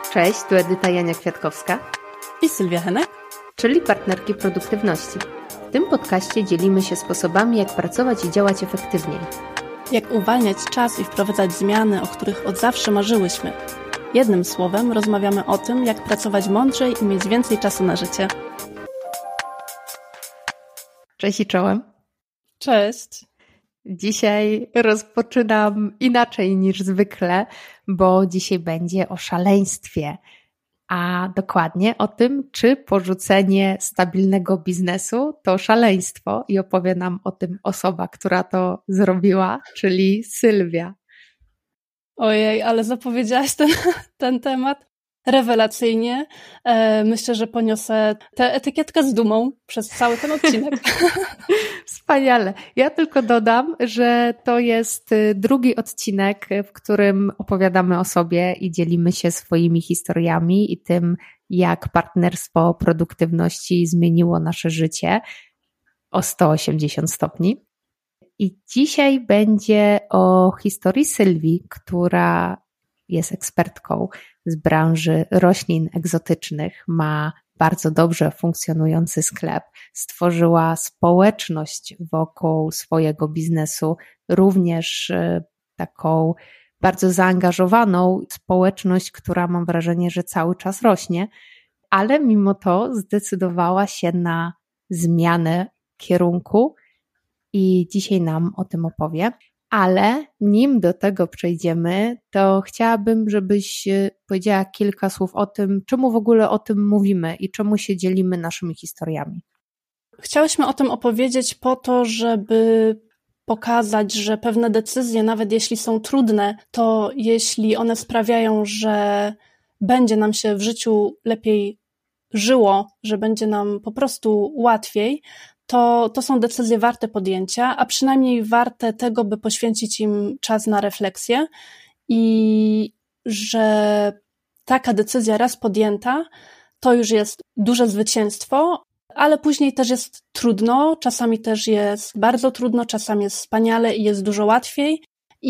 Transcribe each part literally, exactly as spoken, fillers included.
Cześć, tu Edyta Jania Kwiatkowska i Sylwia Henek, czyli partnerki produktywności. W tym podcaście dzielimy się sposobami, jak pracować i działać efektywniej. Jak uwalniać czas i wprowadzać zmiany, o których od zawsze marzyłyśmy. Jednym słowem rozmawiamy o tym, jak pracować mądrzej i mieć więcej czasu na życie. Cześć i czołem. Cześć. Dzisiaj rozpoczynam inaczej niż zwykle, bo dzisiaj będzie o szaleństwie, a dokładnie o tym, czy porzucenie stabilnego biznesu to szaleństwo, i opowie nam o tym osoba, która to zrobiła, czyli Sylwia. Ojej, ale zapowiedziałaś ten, ten temat rewelacyjnie. Myślę, że poniosę tę etykietkę z dumą przez cały ten odcinek. Wspaniale. Ja tylko dodam, że to jest drugi odcinek, w którym opowiadamy o sobie i dzielimy się swoimi historiami i tym, jak partnerstwo produktywności zmieniło nasze życie o sto osiemdziesiąt stopni. I dzisiaj będzie o historii Sylwii, która jest ekspertką z branży roślin egzotycznych, ma bardzo dobrze funkcjonujący sklep, stworzyła społeczność wokół swojego biznesu, również taką bardzo zaangażowaną społeczność, która mam wrażenie, że cały czas rośnie, ale mimo to zdecydowała się na zmianę kierunku i dzisiaj nam o tym opowie. Ale nim do tego przejdziemy, to chciałabym, żebyś powiedziała kilka słów o tym, czemu w ogóle o tym mówimy i czemu się dzielimy naszymi historiami. Chciałyśmy o tym opowiedzieć po to, żeby pokazać, że pewne decyzje, nawet jeśli są trudne, to jeśli one sprawiają, że będzie nam się w życiu lepiej żyło, że będzie nam po prostu łatwiej, to, to są decyzje warte podjęcia, a przynajmniej warte tego, by poświęcić im czas na refleksję i że taka decyzja raz podjęta, to już jest duże zwycięstwo, ale później też jest trudno, czasami też jest bardzo trudno, czasami jest wspaniale i jest dużo łatwiej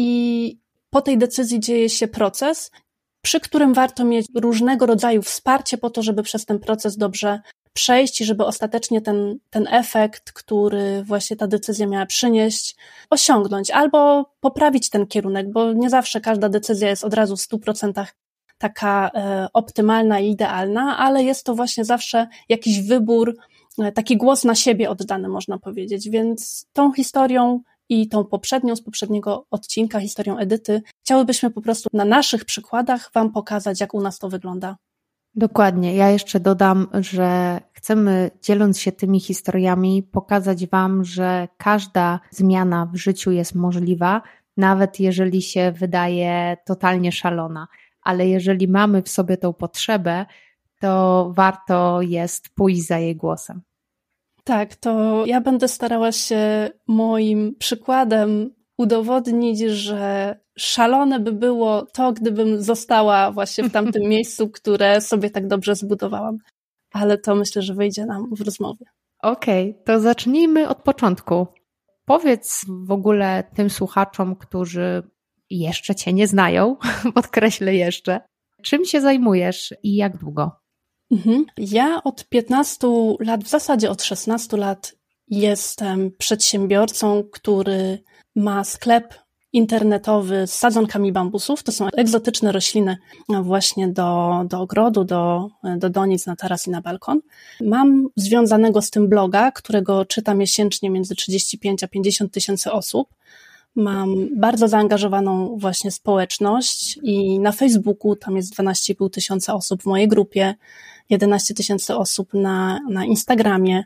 i po tej decyzji dzieje się proces, przy którym warto mieć różnego rodzaju wsparcie po to, żeby przez ten proces dobrze przejść i żeby ostatecznie ten, ten efekt, który właśnie ta decyzja miała przynieść, osiągnąć albo poprawić ten kierunek, bo nie zawsze każda decyzja jest od razu w stu procentach taka e, optymalna i idealna, ale jest to właśnie zawsze jakiś wybór, e, taki głos na siebie oddany, można powiedzieć, więc tą historią i tą poprzednią z poprzedniego odcinka, historią Edyty, chciałybyśmy po prostu na naszych przykładach Wam pokazać, jak u nas to wygląda. Dokładnie. Ja jeszcze dodam, że chcemy, dzieląc się tymi historiami, pokazać Wam, że każda zmiana w życiu jest możliwa, nawet jeżeli się wydaje totalnie szalona. Ale jeżeli mamy w sobie tą potrzebę, to warto jest pójść za jej głosem. Tak, to ja będę starała się moim przykładem udowodnić, że szalone by było to, gdybym została właśnie w tamtym miejscu, które sobie tak dobrze zbudowałam. Ale to myślę, że wyjdzie nam w rozmowie. Okej, okay, to zacznijmy od początku. Powiedz w ogóle tym słuchaczom, którzy jeszcze Cię nie znają, podkreślę jeszcze, czym się zajmujesz i jak długo? Mhm. Ja od piętnastu lat, w zasadzie od szesnastu lat jestem przedsiębiorcą, który ma sklep internetowy z sadzonkami bambusów. To są egzotyczne rośliny właśnie do, do ogrodu, do, do donic na taras i na balkon. Mam związanego z tym bloga, którego czyta miesięcznie między trzydzieści pięć a pięćdziesiąt tysięcy osób. Mam bardzo zaangażowaną właśnie społeczność i na Facebooku tam jest dwanaście i pół tysiąca osób w mojej grupie, jedenaście tysięcy osób na, na Instagramie.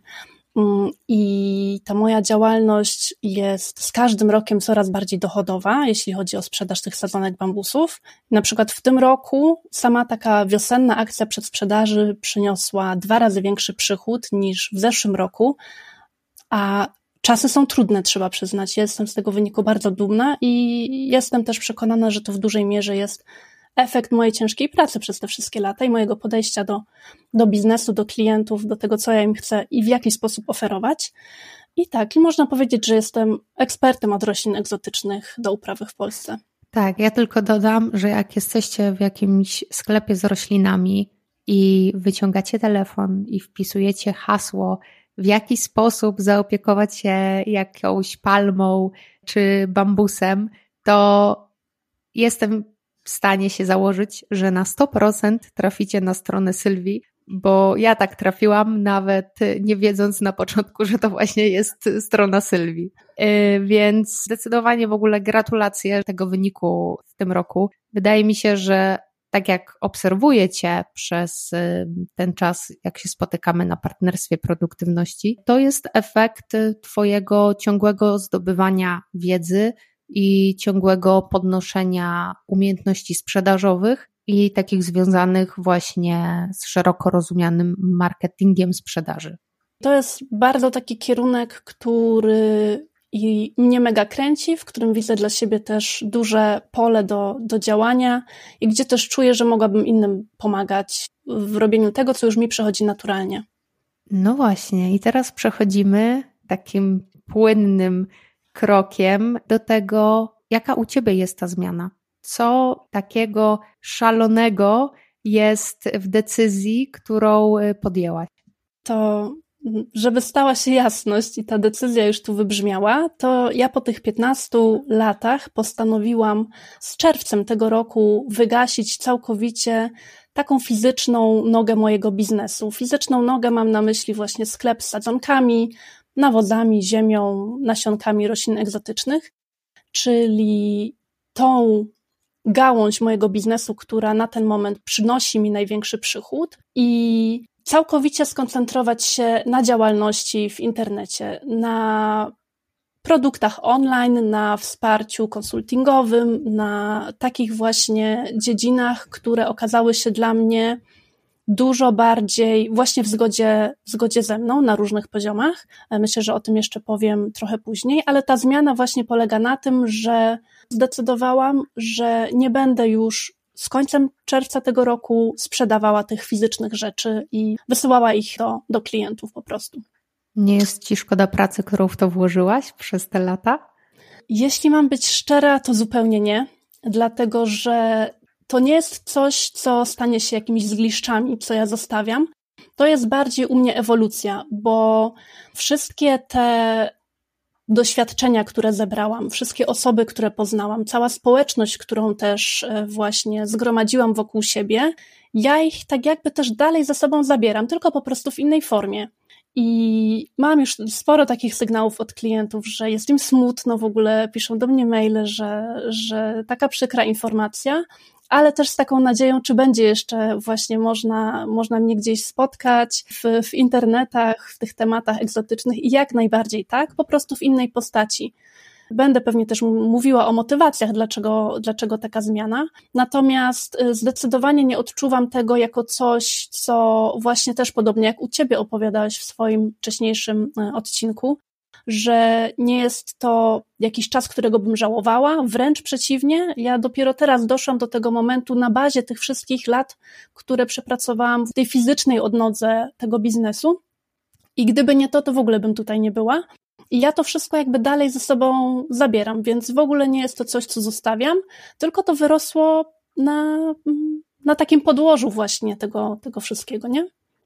I ta moja działalność jest z każdym rokiem coraz bardziej dochodowa, jeśli chodzi o sprzedaż tych sadzonek bambusów. Na przykład w tym roku sama taka wiosenna akcja przedsprzedaży przyniosła dwa razy większy przychód niż w zeszłym roku, a czasy są trudne, trzeba przyznać. Jestem z tego wyniku bardzo dumna i jestem też przekonana, że to w dużej mierze jest efekt mojej ciężkiej pracy przez te wszystkie lata i mojego podejścia do, do biznesu, do klientów, do tego, co ja im chcę i w jaki sposób oferować. I tak, i można powiedzieć, że jestem ekspertem od roślin egzotycznych do uprawy w Polsce. Tak, ja tylko dodam, że jak jesteście w jakimś sklepie z roślinami i wyciągacie telefon i wpisujecie hasło, w jaki sposób zaopiekować się jakąś palmą czy bambusem, to jestem w stanie się założyć, że na sto procent traficie na stronę Sylwii, bo ja tak trafiłam, nawet nie wiedząc na początku, że to właśnie jest strona Sylwii. Więc zdecydowanie w ogóle gratulacje tego wyniku w tym roku. Wydaje mi się, że tak jak obserwuję Cię przez ten czas, jak się spotykamy na partnerstwie produktywności, to jest efekt Twojego ciągłego zdobywania wiedzy i ciągłego podnoszenia umiejętności sprzedażowych i takich związanych właśnie z szeroko rozumianym marketingiem sprzedaży. To jest bardzo taki kierunek, który i mnie mega kręci, w którym widzę dla siebie też duże pole do, do działania i gdzie też czuję, że mogłabym innym pomagać w robieniu tego, co już mi przychodzi naturalnie. No właśnie, i teraz przechodzimy takim płynnym krokiem do tego, jaka u Ciebie jest ta zmiana. Co takiego szalonego jest w decyzji, którą podjęłaś? To żeby stała się jasność i ta decyzja już tu wybrzmiała, to ja po tych piętnastu latach postanowiłam z czerwcem tego roku wygasić całkowicie taką fizyczną nogę mojego biznesu. Fizyczną nogę mam na myśli właśnie sklep z sadzonkami, nawozami, ziemią, nasionkami roślin egzotycznych, czyli tą gałąź mojego biznesu, która na ten moment przynosi mi największy przychód i całkowicie skoncentrować się na działalności w internecie, na produktach online, na wsparciu konsultingowym, na takich właśnie dziedzinach, które okazały się dla mnie dużo bardziej właśnie w zgodzie, w zgodzie ze mną na różnych poziomach. Myślę, że o tym jeszcze powiem trochę później, ale ta zmiana właśnie polega na tym, że zdecydowałam, że nie będę już z końcem czerwca tego roku sprzedawała tych fizycznych rzeczy i wysyłała ich do, do klientów po prostu. Nie jest Ci szkoda pracy, którą w to włożyłaś przez te lata? Jeśli mam być szczera, to zupełnie nie, dlatego że to nie jest coś, co stanie się jakimiś zgliszczami, co ja zostawiam. To jest bardziej u mnie ewolucja, bo wszystkie te doświadczenia, które zebrałam, wszystkie osoby, które poznałam, cała społeczność, którą też właśnie zgromadziłam wokół siebie, ja ich tak jakby też dalej ze sobą zabieram, tylko po prostu w innej formie. I mam już sporo takich sygnałów od klientów, że jest im smutno, w ogóle piszą do mnie maile, że, że taka przykra informacja, ale też z taką nadzieją, czy będzie jeszcze właśnie można, można mnie gdzieś spotkać w, w internetach, w tych tematach egzotycznych i jak najbardziej tak, po prostu w innej postaci. Będę pewnie też mówiła o motywacjach, dlaczego, dlaczego taka zmiana, natomiast zdecydowanie nie odczuwam tego jako coś, co właśnie też podobnie jak u Ciebie opowiadałeś w swoim wcześniejszym odcinku, że nie jest to jakiś czas, którego bym żałowała, wręcz przeciwnie, ja dopiero teraz doszłam do tego momentu na bazie tych wszystkich lat, które przepracowałam w tej fizycznej odnodze tego biznesu i gdyby nie to, to w ogóle bym tutaj nie była. I ja to wszystko jakby dalej ze sobą zabieram, więc w ogóle nie jest to coś, co zostawiam, tylko to wyrosło na, na takim podłożu właśnie tego, tego wszystkiego, nie?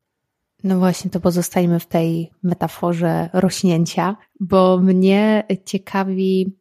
No właśnie, to pozostajmy w tej metaforze rośnięcia, bo mnie ciekawi,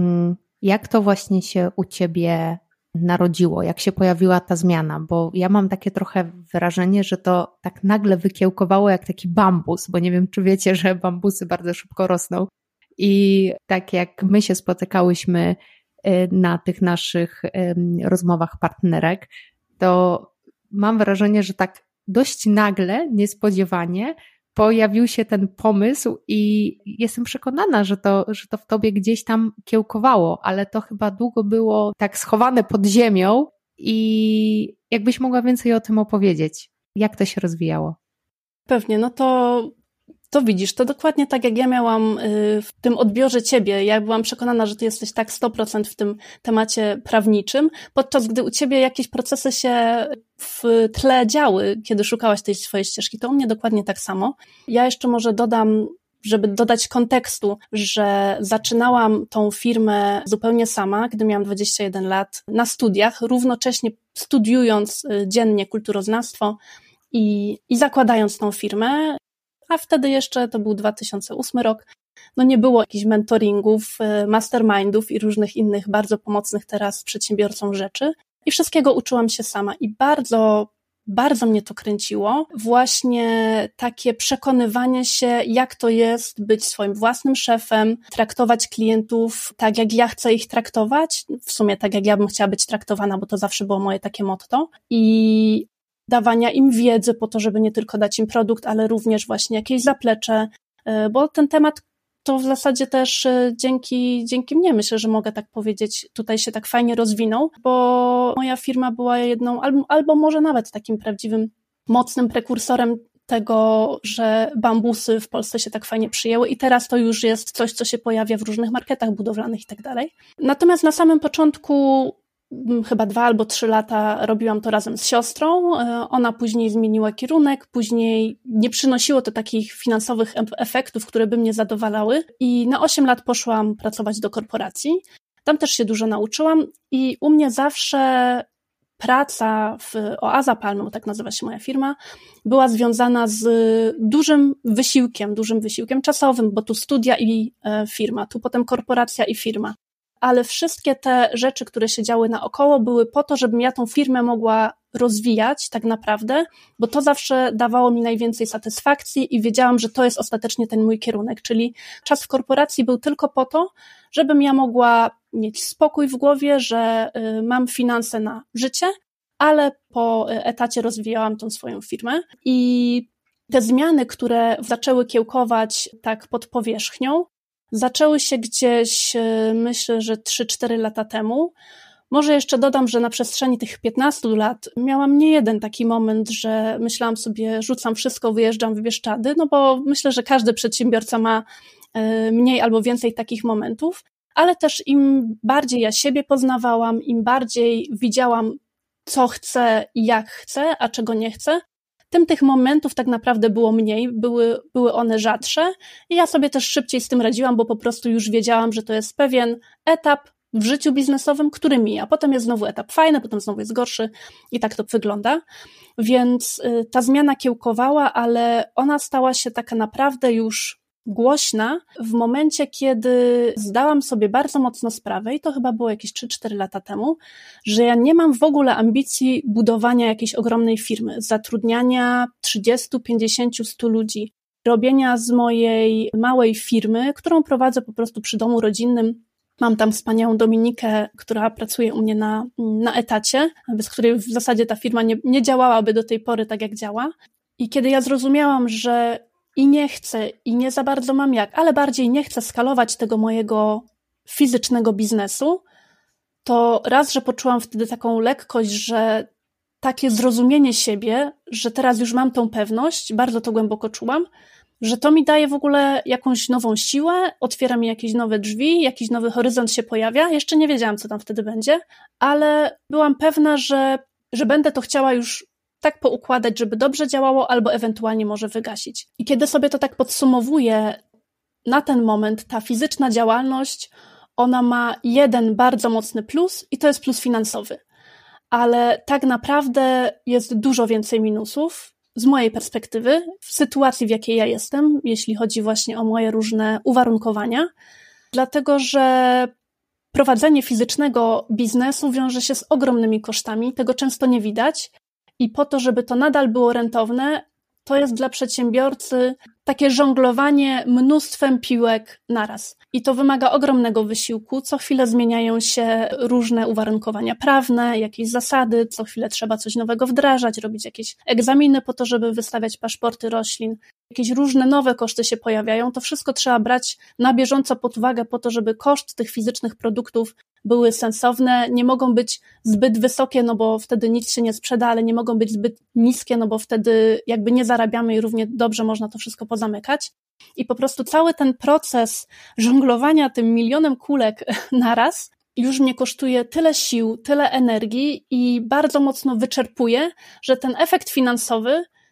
jak to właśnie się u Ciebie narodziło, jak się pojawiła ta zmiana, bo ja mam takie trochę wrażenie, że to tak nagle wykiełkowało jak taki bambus, bo nie wiem, czy wiecie, że bambusy bardzo szybko rosną i tak jak my się spotykałyśmy na tych naszych rozmowach partnerek, to mam wrażenie, że tak dość nagle, niespodziewanie pojawił się ten pomysł i jestem przekonana, że to, że to w Tobie gdzieś tam kiełkowało, ale to chyba długo było tak schowane pod ziemią i jakbyś mogła więcej o tym opowiedzieć. Jak to się rozwijało? Pewnie, no to to widzisz, to dokładnie tak jak ja miałam w tym odbiorze Ciebie. Ja byłam przekonana, że Ty jesteś tak sto procent w tym temacie prawniczym, podczas gdy u Ciebie jakieś procesy się w tle działy, kiedy szukałaś tej swojej ścieżki. To u mnie dokładnie tak samo. Ja jeszcze może dodam żeby dodać kontekstu, że zaczynałam tą firmę zupełnie sama, gdy miałam dwadzieścia jeden lat, na studiach, równocześnie studiując dziennie kulturoznawstwo i, i zakładając tą firmę, a wtedy jeszcze to był dwa tysiące ósmy rok, no nie było jakichś mentoringów, mastermindów i różnych innych bardzo pomocnych teraz przedsiębiorcom rzeczy i wszystkiego uczyłam się sama i bardzo Bardzo mnie to kręciło, właśnie takie przekonywanie się, jak to jest być swoim własnym szefem, traktować klientów tak, jak ja chcę ich traktować, w sumie tak, jak ja bym chciała być traktowana, bo to zawsze było moje takie motto i dawania im wiedzy po to, żeby nie tylko dać im produkt, ale również właśnie jakieś zaplecze, bo ten temat to w zasadzie też dzięki, dzięki mnie, myślę, że mogę tak powiedzieć, tutaj się tak fajnie rozwinął, bo moja firma była jedną, albo, albo może nawet takim prawdziwym, mocnym prekursorem tego, że bambusy w Polsce się tak fajnie przyjęły i teraz to już jest coś, co się pojawia w różnych marketach budowlanych i tak dalej. Natomiast na samym początku chyba dwa albo trzy lata robiłam to razem z siostrą. Ona później zmieniła kierunek, później nie przynosiło to takich finansowych efektów, które by mnie zadowalały i na osiem lat poszłam pracować do korporacji. Tam też się dużo nauczyłam i u mnie zawsze praca w Oaza Palmy, bo tak nazywa się moja firma, była związana z dużym wysiłkiem, dużym wysiłkiem czasowym, bo tu studia i firma, tu potem korporacja i firma. Ale wszystkie te rzeczy, które się działy naokoło, były po to, żebym ja tą firmę mogła rozwijać tak naprawdę, bo to zawsze dawało mi najwięcej satysfakcji i wiedziałam, że to jest ostatecznie ten mój kierunek, czyli czas w korporacji był tylko po to, żebym ja mogła mieć spokój w głowie, że y, mam finanse na życie, ale po etacie rozwijałam tą swoją firmę i te zmiany, które zaczęły kiełkować tak pod powierzchnią, zaczęły się gdzieś, myślę, że trzy cztery lata temu. Może jeszcze dodam, że na przestrzeni tych piętnastu lat miałam nie jeden taki moment, że myślałam sobie, rzucam wszystko, wyjeżdżam w Bieszczady, no bo myślę, że każdy przedsiębiorca ma mniej albo więcej takich momentów, ale też im bardziej ja siebie poznawałam, im bardziej widziałam, co chcę i jak chcę, a czego nie chcę, tym tych momentów tak naprawdę było mniej, były, były one rzadsze i ja sobie też szybciej z tym radziłam, bo po prostu już wiedziałam, że to jest pewien etap w życiu biznesowym, który mija. Potem jest znowu etap fajny, potem znowu jest gorszy i tak to wygląda. Więc y, ta zmiana kiełkowała, ale ona stała się taka naprawdę już głośna w momencie, kiedy zdałam sobie bardzo mocno sprawę, i to chyba było jakieś trzy cztery lata temu, że ja nie mam w ogóle ambicji budowania jakiejś ogromnej firmy, zatrudniania trzydziestu, pięćdziesięciu, stu ludzi, robienia z mojej małej firmy, którą prowadzę po prostu przy domu rodzinnym. Mam tam wspaniałą Dominikę, która pracuje u mnie na, na etacie, bez której w zasadzie ta firma nie, nie działałaby do tej pory tak, jak działa. I kiedy ja zrozumiałam, że i nie chcę, i nie za bardzo mam jak, ale bardziej nie chcę skalować tego mojego fizycznego biznesu, to raz, że poczułam wtedy taką lekkość, że takie zrozumienie siebie, że teraz już mam tą pewność, bardzo to głęboko czułam, że to mi daje w ogóle jakąś nową siłę, otwiera mi jakieś nowe drzwi, jakiś nowy horyzont się pojawia. Jeszcze nie wiedziałam, co tam wtedy będzie, ale byłam pewna, że, że będę to chciała już tak poukładać, żeby dobrze działało, albo ewentualnie może wygasić. I kiedy sobie to tak podsumowuję, na ten moment ta fizyczna działalność, ona ma jeden bardzo mocny plus i to jest plus finansowy. Ale tak naprawdę jest dużo więcej minusów z mojej perspektywy, w sytuacji, w jakiej ja jestem, jeśli chodzi właśnie o moje różne uwarunkowania, dlatego że prowadzenie fizycznego biznesu wiąże się z ogromnymi kosztami, tego często nie widać i po to, żeby to nadal było rentowne, to jest dla przedsiębiorcy takie żonglowanie mnóstwem piłek naraz. I to wymaga ogromnego wysiłku. Co chwilę zmieniają się różne uwarunkowania prawne, jakieś zasady, co chwilę trzeba coś nowego wdrażać, robić jakieś egzaminy po to, żeby wystawiać paszporty roślin. Jakieś różne nowe koszty się pojawiają. To wszystko trzeba brać na bieżąco pod uwagę po to, żeby koszt tych fizycznych produktów były sensowne, nie mogą być zbyt wysokie, no bo wtedy nic się nie sprzeda, ale nie mogą być zbyt niskie, no bo wtedy jakby nie zarabiamy i równie dobrze można to wszystko pozamykać. I po prostu cały ten proces żonglowania tym milionem kulek naraz już mnie kosztuje tyle sił, tyle energii i bardzo mocno wyczerpuje, że ten efekt finansowy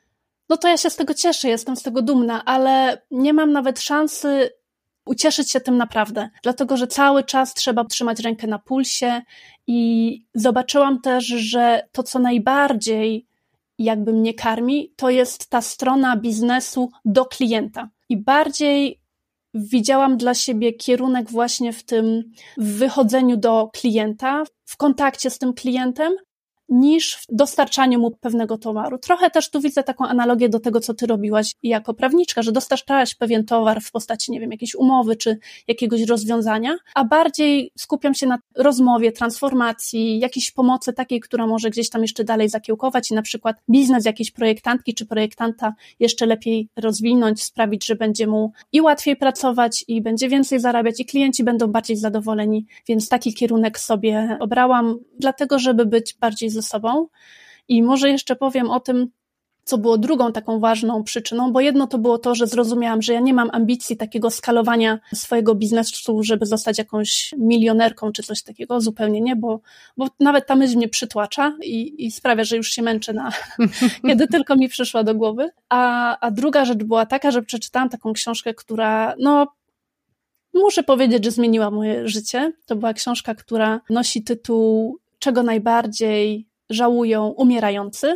no to ja się z tego cieszę, jestem z tego dumna, ale nie mam nawet szansy ucieszyć się tym naprawdę, dlatego że cały czas trzeba trzymać rękę na pulsie i zobaczyłam też, że to, co najbardziej jakby mnie karmi, to jest ta strona biznesu do klienta. I bardziej widziałam dla siebie kierunek właśnie w tym wychodzeniu do klienta, w kontakcie z tym klientem, niż w dostarczaniu mu pewnego towaru. Trochę też tu widzę taką analogię do tego, co ty robiłaś jako prawniczka, że dostarczałaś pewien towar w postaci, nie wiem, jakiejś umowy czy jakiegoś rozwiązania, a bardziej skupiam się na rozmowie, transformacji, jakiejś pomocy takiej, która może gdzieś tam jeszcze dalej zakiełkować i na przykład biznes jakiejś projektantki czy projektanta jeszcze lepiej rozwinąć, sprawić, że będzie mu i łatwiej pracować i będzie więcej zarabiać i klienci będą bardziej zadowoleni, więc taki kierunek sobie obrałam, dlatego żeby być bardziej ze sobą. I może jeszcze powiem o tym, co było drugą taką ważną przyczyną, bo jedno to było to, że zrozumiałam, że ja nie mam ambicji takiego skalowania swojego biznesu, żeby zostać jakąś milionerką czy coś takiego, zupełnie nie, bo, bo nawet ta myśl mnie przytłacza i, i sprawia, że już się męczę na, kiedy tylko mi przyszła do głowy. A, a druga rzecz była taka, że przeczytałam taką książkę, która, no, muszę powiedzieć, że zmieniła moje życie. To była książka, która nosi tytuł Czego najbardziej żałują umierający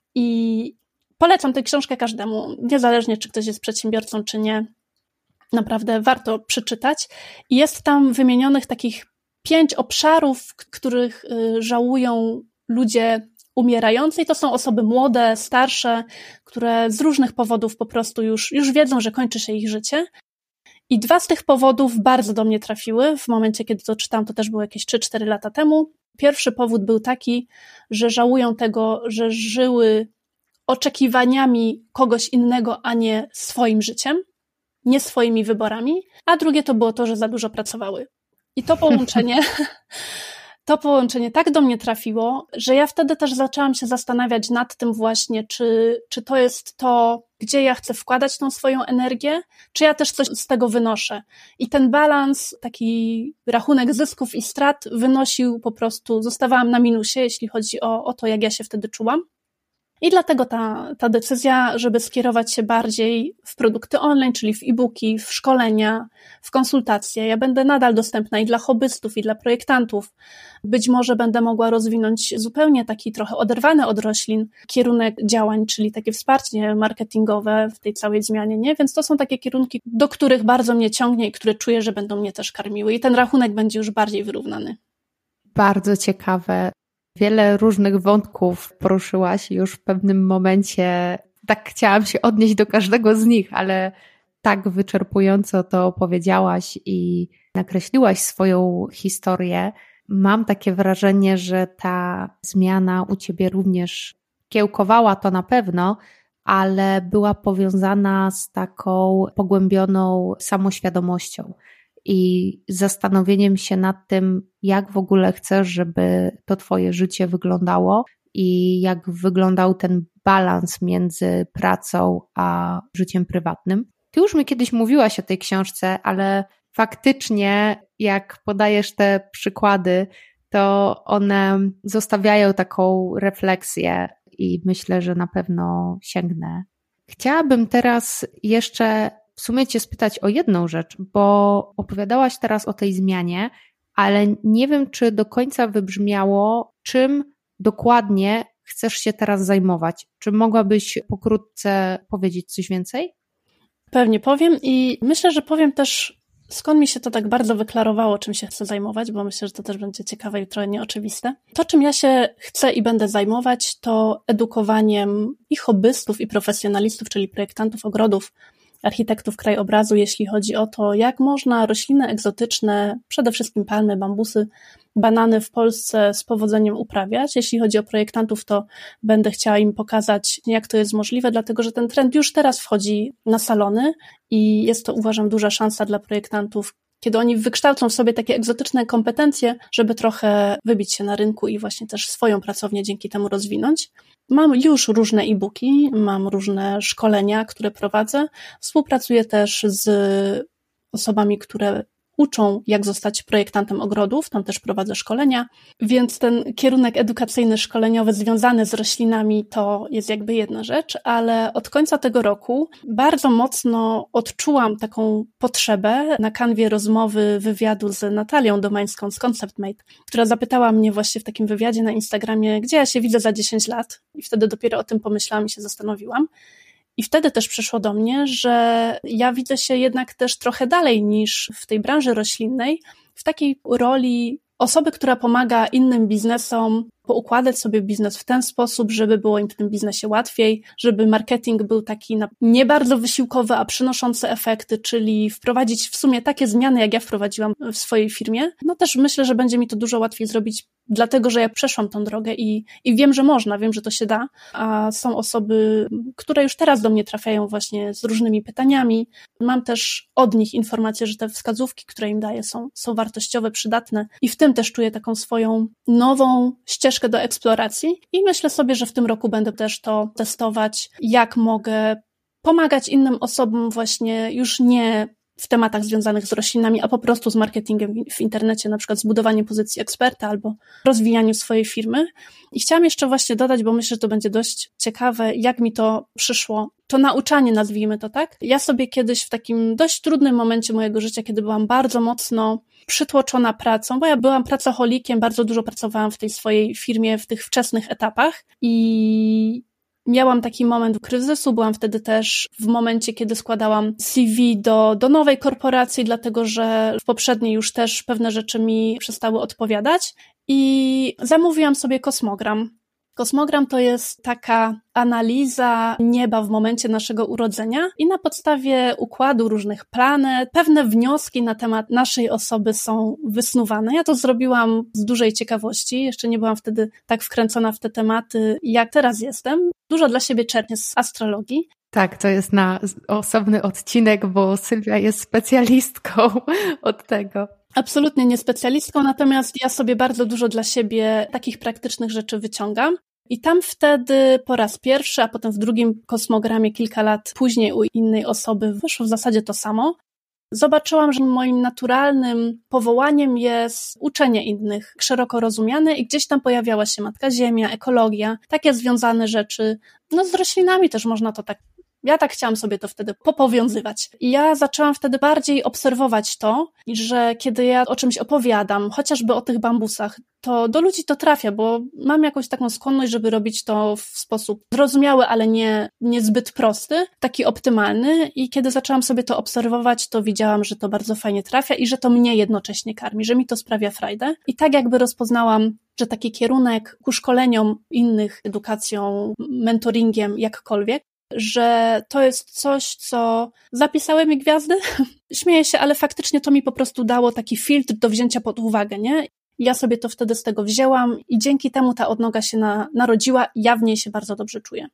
i polecam tę książkę każdemu, niezależnie czy ktoś jest przedsiębiorcą, czy nie. Naprawdę warto przeczytać. I jest tam wymienionych takich pięć obszarów, których żałują ludzie umierający i to są osoby młode, starsze, które z różnych powodów po prostu już, już wiedzą, że kończy się ich życie. I dwa z tych powodów bardzo do mnie trafiły. W momencie, kiedy to czytałam, to też było jakieś trzy cztery lata temu. Pierwszy powód był taki, że żałują tego, że żyły oczekiwaniami kogoś innego, a nie swoim życiem, nie swoimi wyborami, a drugie to było to, że za dużo pracowały. I to połączenie, to połączenie tak do mnie trafiło, że ja wtedy też zaczęłam się zastanawiać nad tym właśnie, czy, czy to jest to, gdzie ja chcę wkładać tą swoją energię, czy ja też coś z tego wynoszę. I ten balans, taki rachunek zysków i strat wynosił po prostu, zostawałam na minusie, jeśli chodzi o, o to, jak ja się wtedy czułam. I dlatego ta, ta decyzja, żeby skierować się bardziej w produkty online, czyli w e-booki, w szkolenia, w konsultacje. Ja będę nadal dostępna i dla hobbystów, i dla projektantów. Być może będę mogła rozwinąć zupełnie taki trochę oderwany od roślin kierunek działań, czyli takie wsparcie marketingowe w tej całej zmianie, nie? Więc to są takie kierunki, do których bardzo mnie ciągnie i które czuję, że będą mnie też karmiły. I ten rachunek będzie już bardziej wyrównany. Bardzo ciekawe. Wiele różnych wątków poruszyłaś i już w pewnym momencie tak chciałam się odnieść do każdego z nich, ale tak wyczerpująco to opowiedziałaś i nakreśliłaś swoją historię. Mam takie wrażenie, że ta zmiana u ciebie również kiełkowała, to na pewno, ale była powiązana z taką pogłębioną samoświadomością i zastanowieniem się nad tym, jak w ogóle chcesz, żeby to twoje życie wyglądało i jak wyglądał ten balans między pracą a życiem prywatnym. Ty już mi kiedyś mówiłaś o tej książce, ale faktycznie jak podajesz te przykłady, to one zostawiają taką refleksję i myślę, że na pewno sięgnę. Chciałabym teraz jeszcze w sumie cię spytać o jedną rzecz, bo opowiadałaś teraz o tej zmianie, ale nie wiem, czy do końca wybrzmiało, czym dokładnie chcesz się teraz zajmować. Czy mogłabyś pokrótce powiedzieć coś więcej? Pewnie powiem i myślę, że powiem też, skąd mi się to tak bardzo wyklarowało, czym się chcę zajmować, bo myślę, że to też będzie ciekawe i trochę nieoczywiste. To, czym ja się chcę i będę zajmować, to edukowaniem i hobbystów, i profesjonalistów, czyli projektantów ogrodów, architektów krajobrazu, jeśli chodzi o to, jak można rośliny egzotyczne, przede wszystkim palmy, bambusy, banany w Polsce z powodzeniem uprawiać. Jeśli chodzi o projektantów, to będę chciała im pokazać, jak to jest możliwe, dlatego że ten trend już teraz wchodzi na salony i jest to, uważam, duża szansa dla projektantów, kiedy oni wykształcą w sobie takie egzotyczne kompetencje, żeby trochę wybić się na rynku i właśnie też swoją pracownię dzięki temu rozwinąć. Mam już różne e-booki, mam różne szkolenia, które prowadzę. Współpracuję też z osobami, które uczą, jak zostać projektantem ogrodów, tam też prowadzę szkolenia, więc ten kierunek edukacyjny, szkoleniowy związany z roślinami to jest jakby jedna rzecz, ale od końca tego roku bardzo mocno odczułam taką potrzebę na kanwie rozmowy, wywiadu z Natalią Domańską z Concept Mate, która zapytała mnie właśnie w takim wywiadzie na Instagramie, gdzie ja się widzę za dziesięć lat i wtedy dopiero o tym pomyślałam i się zastanowiłam. I wtedy też przyszło do mnie, że ja widzę się jednak też trochę dalej niż w tej branży roślinnej, w takiej roli osoby, która pomaga innym biznesom poukładać sobie biznes w ten sposób, żeby było im w tym biznesie łatwiej, żeby marketing był taki nie bardzo wysiłkowy, a przynoszący efekty, czyli wprowadzić w sumie takie zmiany, jak ja wprowadziłam w swojej firmie. No też myślę, że będzie mi to dużo łatwiej zrobić, dlatego że ja przeszłam tą drogę i, i wiem, że można, wiem, że to się da, a są osoby, które już teraz do mnie trafiają właśnie z różnymi pytaniami. Mam też od nich informację, że te wskazówki, które im daję, są, są wartościowe, przydatne i w tym też czuję taką swoją nową ścieżkę do eksploracji i myślę sobie, że w tym roku będę też to testować, jak mogę pomagać innym osobom właśnie już nie w tematach związanych z roślinami, a po prostu z marketingiem w internecie, na przykład z budowaniem pozycji eksperta albo rozwijaniem swojej firmy. I chciałam jeszcze właśnie dodać, bo myślę, że to będzie dość ciekawe, jak mi to przyszło, to nauczanie, nazwijmy to tak. Ja sobie kiedyś w takim dość trudnym momencie mojego życia, kiedy byłam bardzo mocno przytłoczona pracą, bo ja byłam pracoholikiem, bardzo dużo pracowałam w tej swojej firmie w tych wczesnych etapach i miałam taki moment kryzysu, byłam wtedy też w momencie, kiedy składałam C V do, do nowej korporacji, dlatego że w poprzedniej już też pewne rzeczy mi przestały odpowiadać i zamówiłam sobie kosmogram. Kosmogram to jest taka analiza nieba w momencie naszego urodzenia i na podstawie układu różnych planet pewne wnioski na temat naszej osoby są wysnuwane. Ja to zrobiłam z dużej ciekawości, jeszcze nie byłam wtedy tak wkręcona w te tematy, jak teraz jestem. Dużo dla siebie czerpię z astrologii. Tak, to jest na osobny odcinek, bo Sylwia jest specjalistką od tego. Absolutnie nie specjalistką, natomiast ja sobie bardzo dużo dla siebie takich praktycznych rzeczy wyciągam. I tam wtedy po raz pierwszy, a potem w drugim kosmogramie kilka lat później u innej osoby wyszło w zasadzie to samo. Zobaczyłam, że moim naturalnym powołaniem jest uczenie innych, szeroko rozumiane i gdzieś tam pojawiała się Matka Ziemia, ekologia, takie związane rzeczy. No z roślinami też można to tak. Ja tak chciałam sobie to wtedy popowiązywać. I ja zaczęłam wtedy bardziej obserwować to, że kiedy ja o czymś opowiadam, chociażby o tych bambusach, to do ludzi to trafia, bo mam jakąś taką skłonność, żeby robić to w sposób zrozumiały, ale nie, nie zbyt prosty, taki optymalny. I kiedy zaczęłam sobie to obserwować, to widziałam, że to bardzo fajnie trafia i że to mnie jednocześnie karmi, że mi to sprawia frajdę. I tak jakby rozpoznałam, że taki kierunek ku szkoleniom innych, edukacją, mentoringiem, jakkolwiek, że to jest coś, co zapisały mi gwiazdy. Śmieję się, ale faktycznie to mi po prostu dało taki filtr do wzięcia pod uwagę, nie? Ja sobie to wtedy z tego wzięłam i dzięki temu ta odnoga się na, narodziła i ja w niej się bardzo dobrze czuję.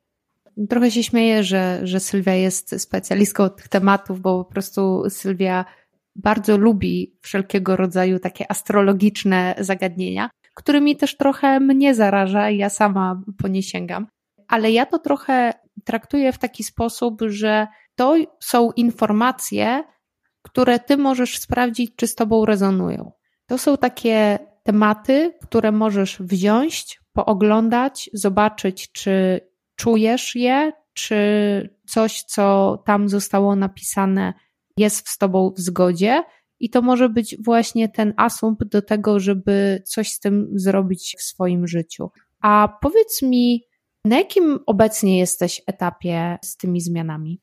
Trochę się śmieję, że, że Sylwia jest specjalistką od tych tematów, bo po prostu Sylwia bardzo lubi wszelkiego rodzaju takie astrologiczne zagadnienia, którymi też trochę mnie zaraża i ja sama po nie sięgam. Ale ja to trochę traktuję w taki sposób, że to są informacje, które ty możesz sprawdzić, czy z tobą rezonują. To są takie tematy, które możesz wziąć, pooglądać, zobaczyć, czy czujesz je, czy coś, co tam zostało napisane, jest z tobą w zgodzie. I to może być właśnie ten asumpt do tego, żeby coś z tym zrobić w swoim życiu. A powiedz mi, na jakim obecnie jesteś etapie z tymi zmianami?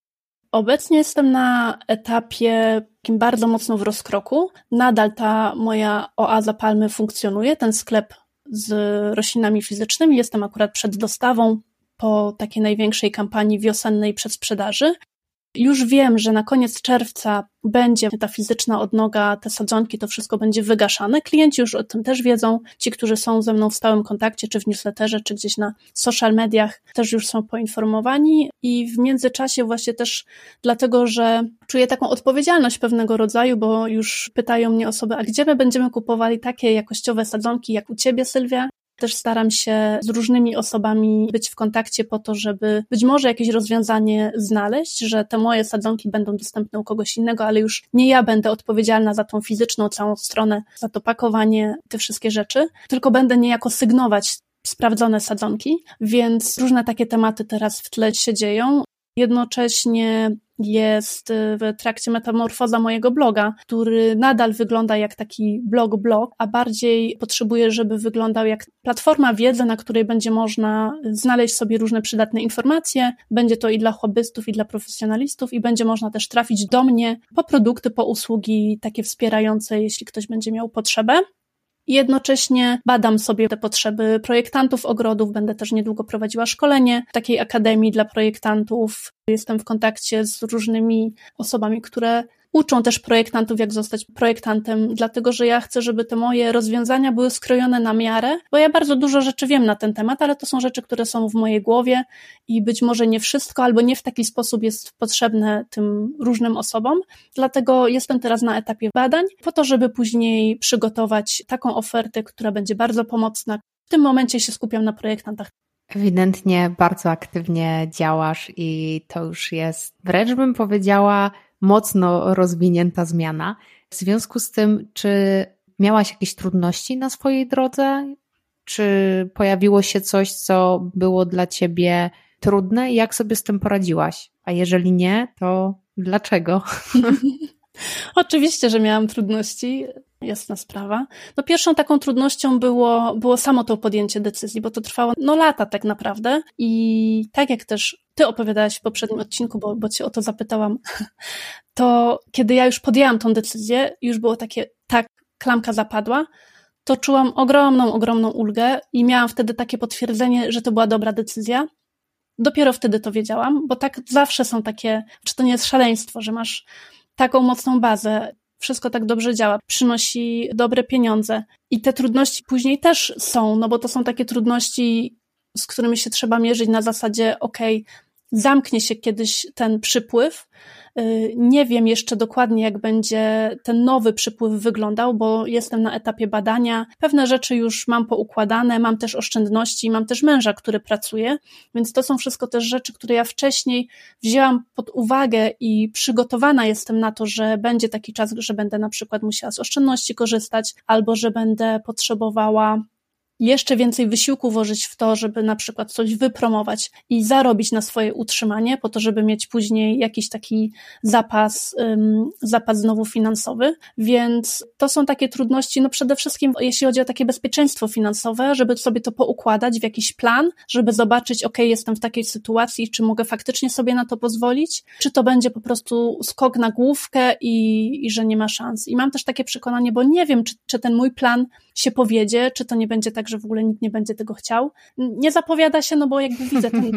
Obecnie jestem na etapie takim bardzo mocno w rozkroku. Nadal ta moja oaza palmy funkcjonuje, ten sklep z roślinami fizycznymi. Jestem akurat przed dostawą po takiej największej kampanii wiosennej przedsprzedaży. Już wiem, że na koniec czerwca będzie ta fizyczna odnoga, te sadzonki, to wszystko będzie wygaszane. Klienci już o tym też wiedzą. Ci, którzy są ze mną w stałym kontakcie, czy w newsletterze, czy gdzieś na social mediach, też już są poinformowani. I w międzyczasie właśnie też dlatego, że czuję taką odpowiedzialność pewnego rodzaju, bo już pytają mnie osoby, a gdzie my będziemy kupowali takie jakościowe sadzonki jak u ciebie, Sylwia? Też staram się z różnymi osobami być w kontakcie po to, żeby być może jakieś rozwiązanie znaleźć, że te moje sadzonki będą dostępne u kogoś innego, ale już nie ja będę odpowiedzialna za tą fizyczną całą stronę, za to pakowanie, te wszystkie rzeczy, tylko będę niejako sygnować sprawdzone sadzonki, więc różne takie tematy teraz w tle się dzieją. Jednocześnie jest w trakcie metamorfoza mojego bloga, który nadal wygląda jak taki blog-blog, a bardziej potrzebuję, żeby wyglądał jak platforma wiedzy, na której będzie można znaleźć sobie różne przydatne informacje. Będzie to i dla hobbystów, i dla profesjonalistów i będzie można też trafić do mnie po produkty, po usługi takie wspierające, jeśli ktoś będzie miał potrzebę. I jednocześnie badam sobie te potrzeby projektantów ogrodów, będę też niedługo prowadziła szkolenie w takiej akademii dla projektantów. Jestem w kontakcie z różnymi osobami, które uczą też projektantów, jak zostać projektantem, dlatego że ja chcę, żeby te moje rozwiązania były skrojone na miarę, bo ja bardzo dużo rzeczy wiem na ten temat, ale to są rzeczy, które są w mojej głowie i być może nie wszystko albo nie w taki sposób jest potrzebne tym różnym osobom, dlatego jestem teraz na etapie badań, po to, żeby później przygotować taką ofertę, która będzie bardzo pomocna. W tym momencie się skupiam na projektantach. Ewidentnie bardzo aktywnie działasz i to już jest, wręcz bym powiedziała, mocno rozwinięta zmiana. W związku z tym, czy miałaś jakieś trudności na swojej drodze? Czy pojawiło się coś, co było dla ciebie trudne i jak sobie z tym poradziłaś? A jeżeli nie, to dlaczego? Oczywiście, że miałam trudności, jasna sprawa. No pierwszą taką trudnością było, było samo to podjęcie decyzji, bo to trwało no lata tak naprawdę i tak jak też ty opowiadałaś w poprzednim odcinku, bo, bo cię o to zapytałam, to kiedy ja już podjęłam tą decyzję, już było takie, tak, klamka zapadła, to czułam ogromną, ogromną ulgę i miałam wtedy takie potwierdzenie, że to była dobra decyzja. Dopiero wtedy to wiedziałam, bo tak zawsze są takie, czy to nie jest szaleństwo, że masz taką mocną bazę, wszystko tak dobrze działa, przynosi dobre pieniądze i te trudności później też są, no bo to są takie trudności, z którymi się trzeba mierzyć na zasadzie, okej, okay, zamknie się kiedyś ten przypływ, nie wiem jeszcze dokładnie, jak będzie ten nowy przypływ wyglądał, bo jestem na etapie badania, pewne rzeczy już mam poukładane, mam też oszczędności, mam też męża, który pracuje, więc to są wszystko też rzeczy, które ja wcześniej wzięłam pod uwagę i przygotowana jestem na to, że będzie taki czas, że będę na przykład musiała z oszczędności korzystać, albo że będę potrzebowała jeszcze więcej wysiłku włożyć w to, żeby na przykład coś wypromować i zarobić na swoje utrzymanie, po to, żeby mieć później jakiś taki zapas, um, zapas znowu finansowy, więc to są takie trudności, no przede wszystkim jeśli chodzi o takie bezpieczeństwo finansowe, żeby sobie to poukładać w jakiś plan, żeby zobaczyć, ok, jestem w takiej sytuacji, czy mogę faktycznie sobie na to pozwolić, czy to będzie po prostu skok na główkę i, i że nie ma szans. I mam też takie przekonanie, bo nie wiem, czy, czy ten mój plan się powiedzie, czy to nie będzie tak, że w ogóle nikt nie będzie tego chciał. Nie zapowiada się, no bo jakby widzę ten,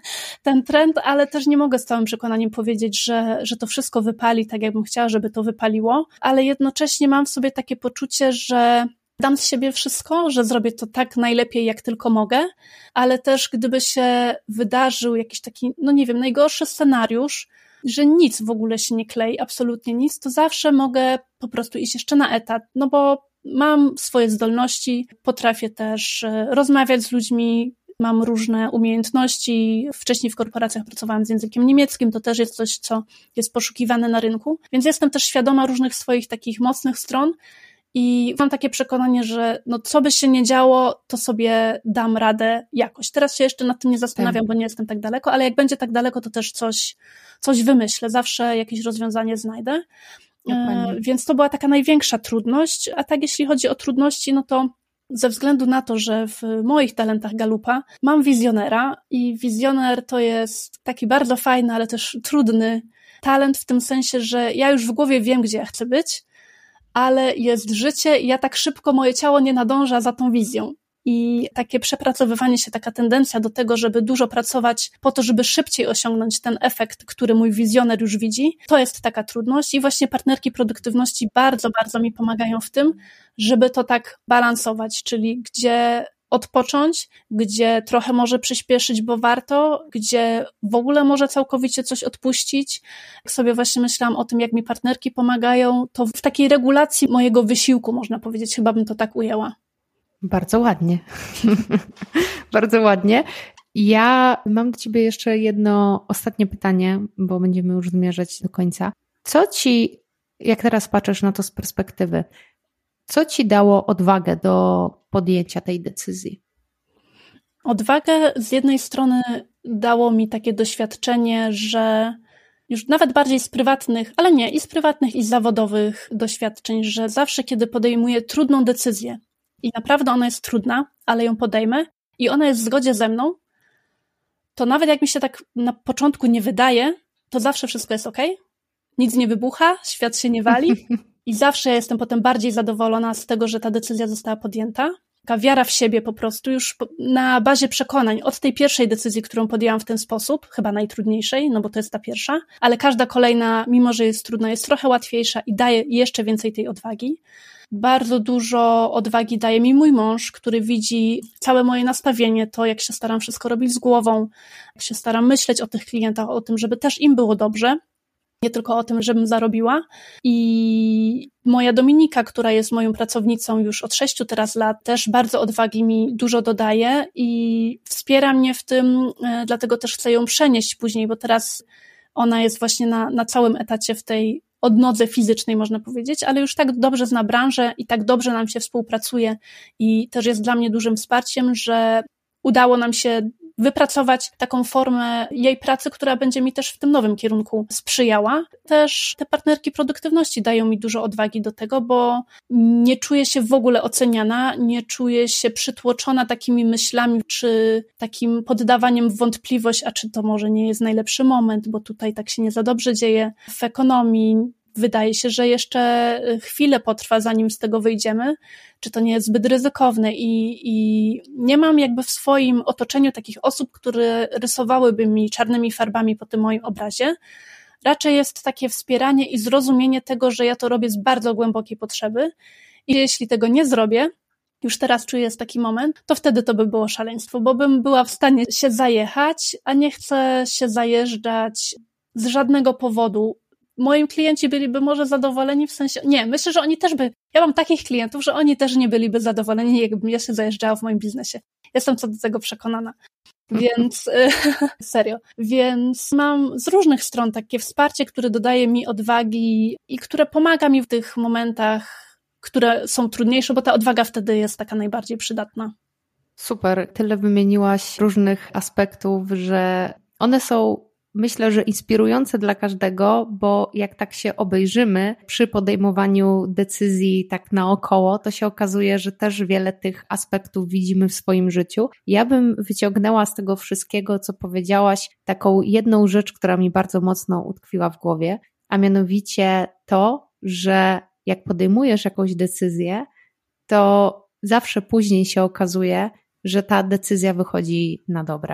ten trend, ale też nie mogę z całym przekonaniem powiedzieć, że, że to wszystko wypali tak, jakbym chciała, żeby to wypaliło, ale jednocześnie mam w sobie takie poczucie, że dam z siebie wszystko, że zrobię to tak najlepiej, jak tylko mogę, ale też gdyby się wydarzył jakiś taki, no nie wiem, najgorszy scenariusz, że nic w ogóle się nie klei, absolutnie nic, to zawsze mogę po prostu iść jeszcze na etat, no bo mam swoje zdolności, potrafię też rozmawiać z ludźmi, mam różne umiejętności. Wcześniej w korporacjach pracowałam z językiem niemieckim, to też jest coś, co jest poszukiwane na rynku, więc jestem też świadoma różnych swoich takich mocnych stron i mam takie przekonanie, że no co by się nie działo, to sobie dam radę jakoś. Teraz się jeszcze nad tym nie zastanawiam, tak. Bo nie jestem tak daleko, ale jak będzie tak daleko, to też coś, coś wymyślę, zawsze jakieś rozwiązanie znajdę. Dokładnie. Więc to była taka największa trudność, a tak jeśli chodzi o trudności, no to ze względu na to, że w moich talentach Galupa mam wizjonera i wizjoner to jest taki bardzo fajny, ale też trudny talent w tym sensie, że ja już w głowie wiem, gdzie ja chcę być, ale jest życie i ja tak szybko, moje ciało nie nadąża za tą wizją. I takie przepracowywanie się, taka tendencja do tego, żeby dużo pracować po to, żeby szybciej osiągnąć ten efekt, który mój wizjoner już widzi, to jest taka trudność i właśnie partnerki produktywności bardzo, bardzo mi pomagają w tym, żeby to tak balansować, czyli gdzie odpocząć, gdzie trochę może przyspieszyć, bo warto, gdzie w ogóle może całkowicie coś odpuścić. Jak sobie właśnie myślałam o tym, jak mi partnerki pomagają, to w takiej regulacji mojego wysiłku, można powiedzieć, chyba bym to tak ujęła. Bardzo ładnie. Bardzo ładnie. Ja mam do ciebie jeszcze jedno ostatnie pytanie, bo będziemy już zmierzać do końca. Co ci, jak teraz patrzysz na to z perspektywy, co ci dało odwagę do podjęcia tej decyzji? Odwagę z jednej strony dało mi takie doświadczenie, że już nawet bardziej z prywatnych, ale nie, i z prywatnych, i z zawodowych doświadczeń, że zawsze, kiedy podejmuję trudną decyzję i naprawdę ona jest trudna, ale ją podejmę i ona jest w zgodzie ze mną, to nawet jak mi się tak na początku nie wydaje, to zawsze wszystko jest okej, nic nie wybucha, świat się nie wali i zawsze jestem potem bardziej zadowolona z tego, że ta decyzja została podjęta. Taka wiara w siebie po prostu już na bazie przekonań od tej pierwszej decyzji, którą podjęłam w ten sposób, chyba najtrudniejszej, no bo to jest ta pierwsza, ale każda kolejna, mimo że jest trudna, jest trochę łatwiejsza i daje jeszcze więcej tej odwagi. Bardzo dużo odwagi daje mi mój mąż, który widzi całe moje nastawienie, to jak się staram wszystko robić z głową, jak się staram myśleć o tych klientach, o tym, żeby też im było dobrze, nie tylko o tym, żebym zarobiła. I moja Dominika, która jest moją pracownicą już od sześciu teraz lat, też bardzo odwagi mi dużo dodaje i wspiera mnie w tym, dlatego też chcę ją przenieść później, bo teraz ona jest właśnie na, na całym etacie w tej odnodze fizycznej, można powiedzieć, ale już tak dobrze zna branżę i tak dobrze nam się współpracuje i też jest dla mnie dużym wsparciem, że udało nam się wypracować taką formę jej pracy, która będzie mi też w tym nowym kierunku sprzyjała. Też te partnerki produktywności dają mi dużo odwagi do tego, bo nie czuję się w ogóle oceniana, nie czuję się przytłoczona takimi myślami, czy takim poddawaniem w wątpliwość, a czy to może nie jest najlepszy moment, bo tutaj tak się nie za dobrze dzieje w ekonomii. Wydaje się, że jeszcze chwilę potrwa, zanim z tego wyjdziemy, czy to nie jest zbyt ryzykowne i, i nie mam jakby w swoim otoczeniu takich osób, które rysowałyby mi czarnymi farbami po tym moim obrazie. Raczej jest takie wspieranie i zrozumienie tego, że ja to robię z bardzo głębokiej potrzeby i jeśli tego nie zrobię, już teraz czuję jest taki moment, to wtedy to by było szaleństwo, bo bym była w stanie się zajechać, a nie chcę się zajeżdżać z żadnego powodu. Moi klienci byliby może zadowoleni w sensie, nie, myślę, że oni też by, ja mam takich klientów, że oni też nie byliby zadowoleni, jakbym ja się zajeżdżała w moim biznesie. Jestem co do tego przekonana. Więc, serio, więc mam z różnych stron takie wsparcie, które dodaje mi odwagi i które pomaga mi w tych momentach, które są trudniejsze, bo ta odwaga wtedy jest taka najbardziej przydatna. Super, tyle wymieniłaś różnych aspektów, że one są, myślę, że inspirujące dla każdego, bo jak tak się obejrzymy przy podejmowaniu decyzji tak naokoło, to się okazuje, że też wiele tych aspektów widzimy w swoim życiu. Ja bym wyciągnęła z tego wszystkiego, co powiedziałaś, taką jedną rzecz, która mi bardzo mocno utkwiła w głowie, a mianowicie to, że jak podejmujesz jakąś decyzję, to zawsze później się okazuje, że ta decyzja wychodzi na dobre.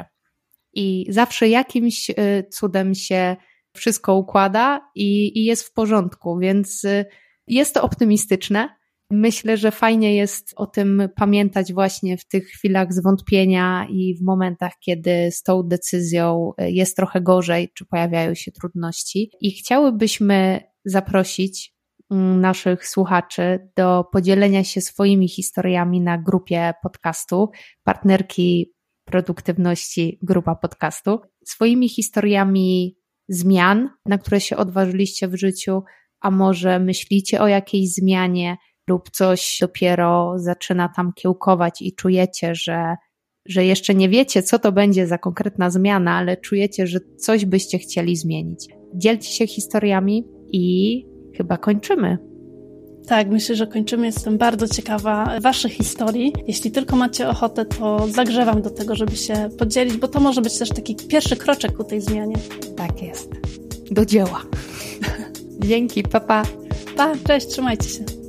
I zawsze jakimś cudem się wszystko układa i, i jest w porządku, więc jest to optymistyczne. Myślę, że fajnie jest o tym pamiętać właśnie w tych chwilach zwątpienia i w momentach, kiedy z tą decyzją jest trochę gorzej, czy pojawiają się trudności. I chciałybyśmy zaprosić naszych słuchaczy do podzielenia się swoimi historiami na grupie podcastu Partnerki Produktywności, grupa podcastu, swoimi historiami zmian, na które się odważyliście w życiu, a może myślicie o jakiejś zmianie lub coś dopiero zaczyna tam kiełkować i czujecie, że, że jeszcze nie wiecie, co to będzie za konkretna zmiana, ale czujecie, że coś byście chcieli zmienić. Dzielcie się historiami i chyba kończymy. Tak, myślę, że kończymy. Jestem bardzo ciekawa waszych historii. Jeśli tylko macie ochotę, to zagrzewam do tego, żeby się podzielić, bo to może być też taki pierwszy kroczek ku tej zmianie. Tak jest. Do dzieła. Dzięki, pa, pa. Pa, cześć, trzymajcie się.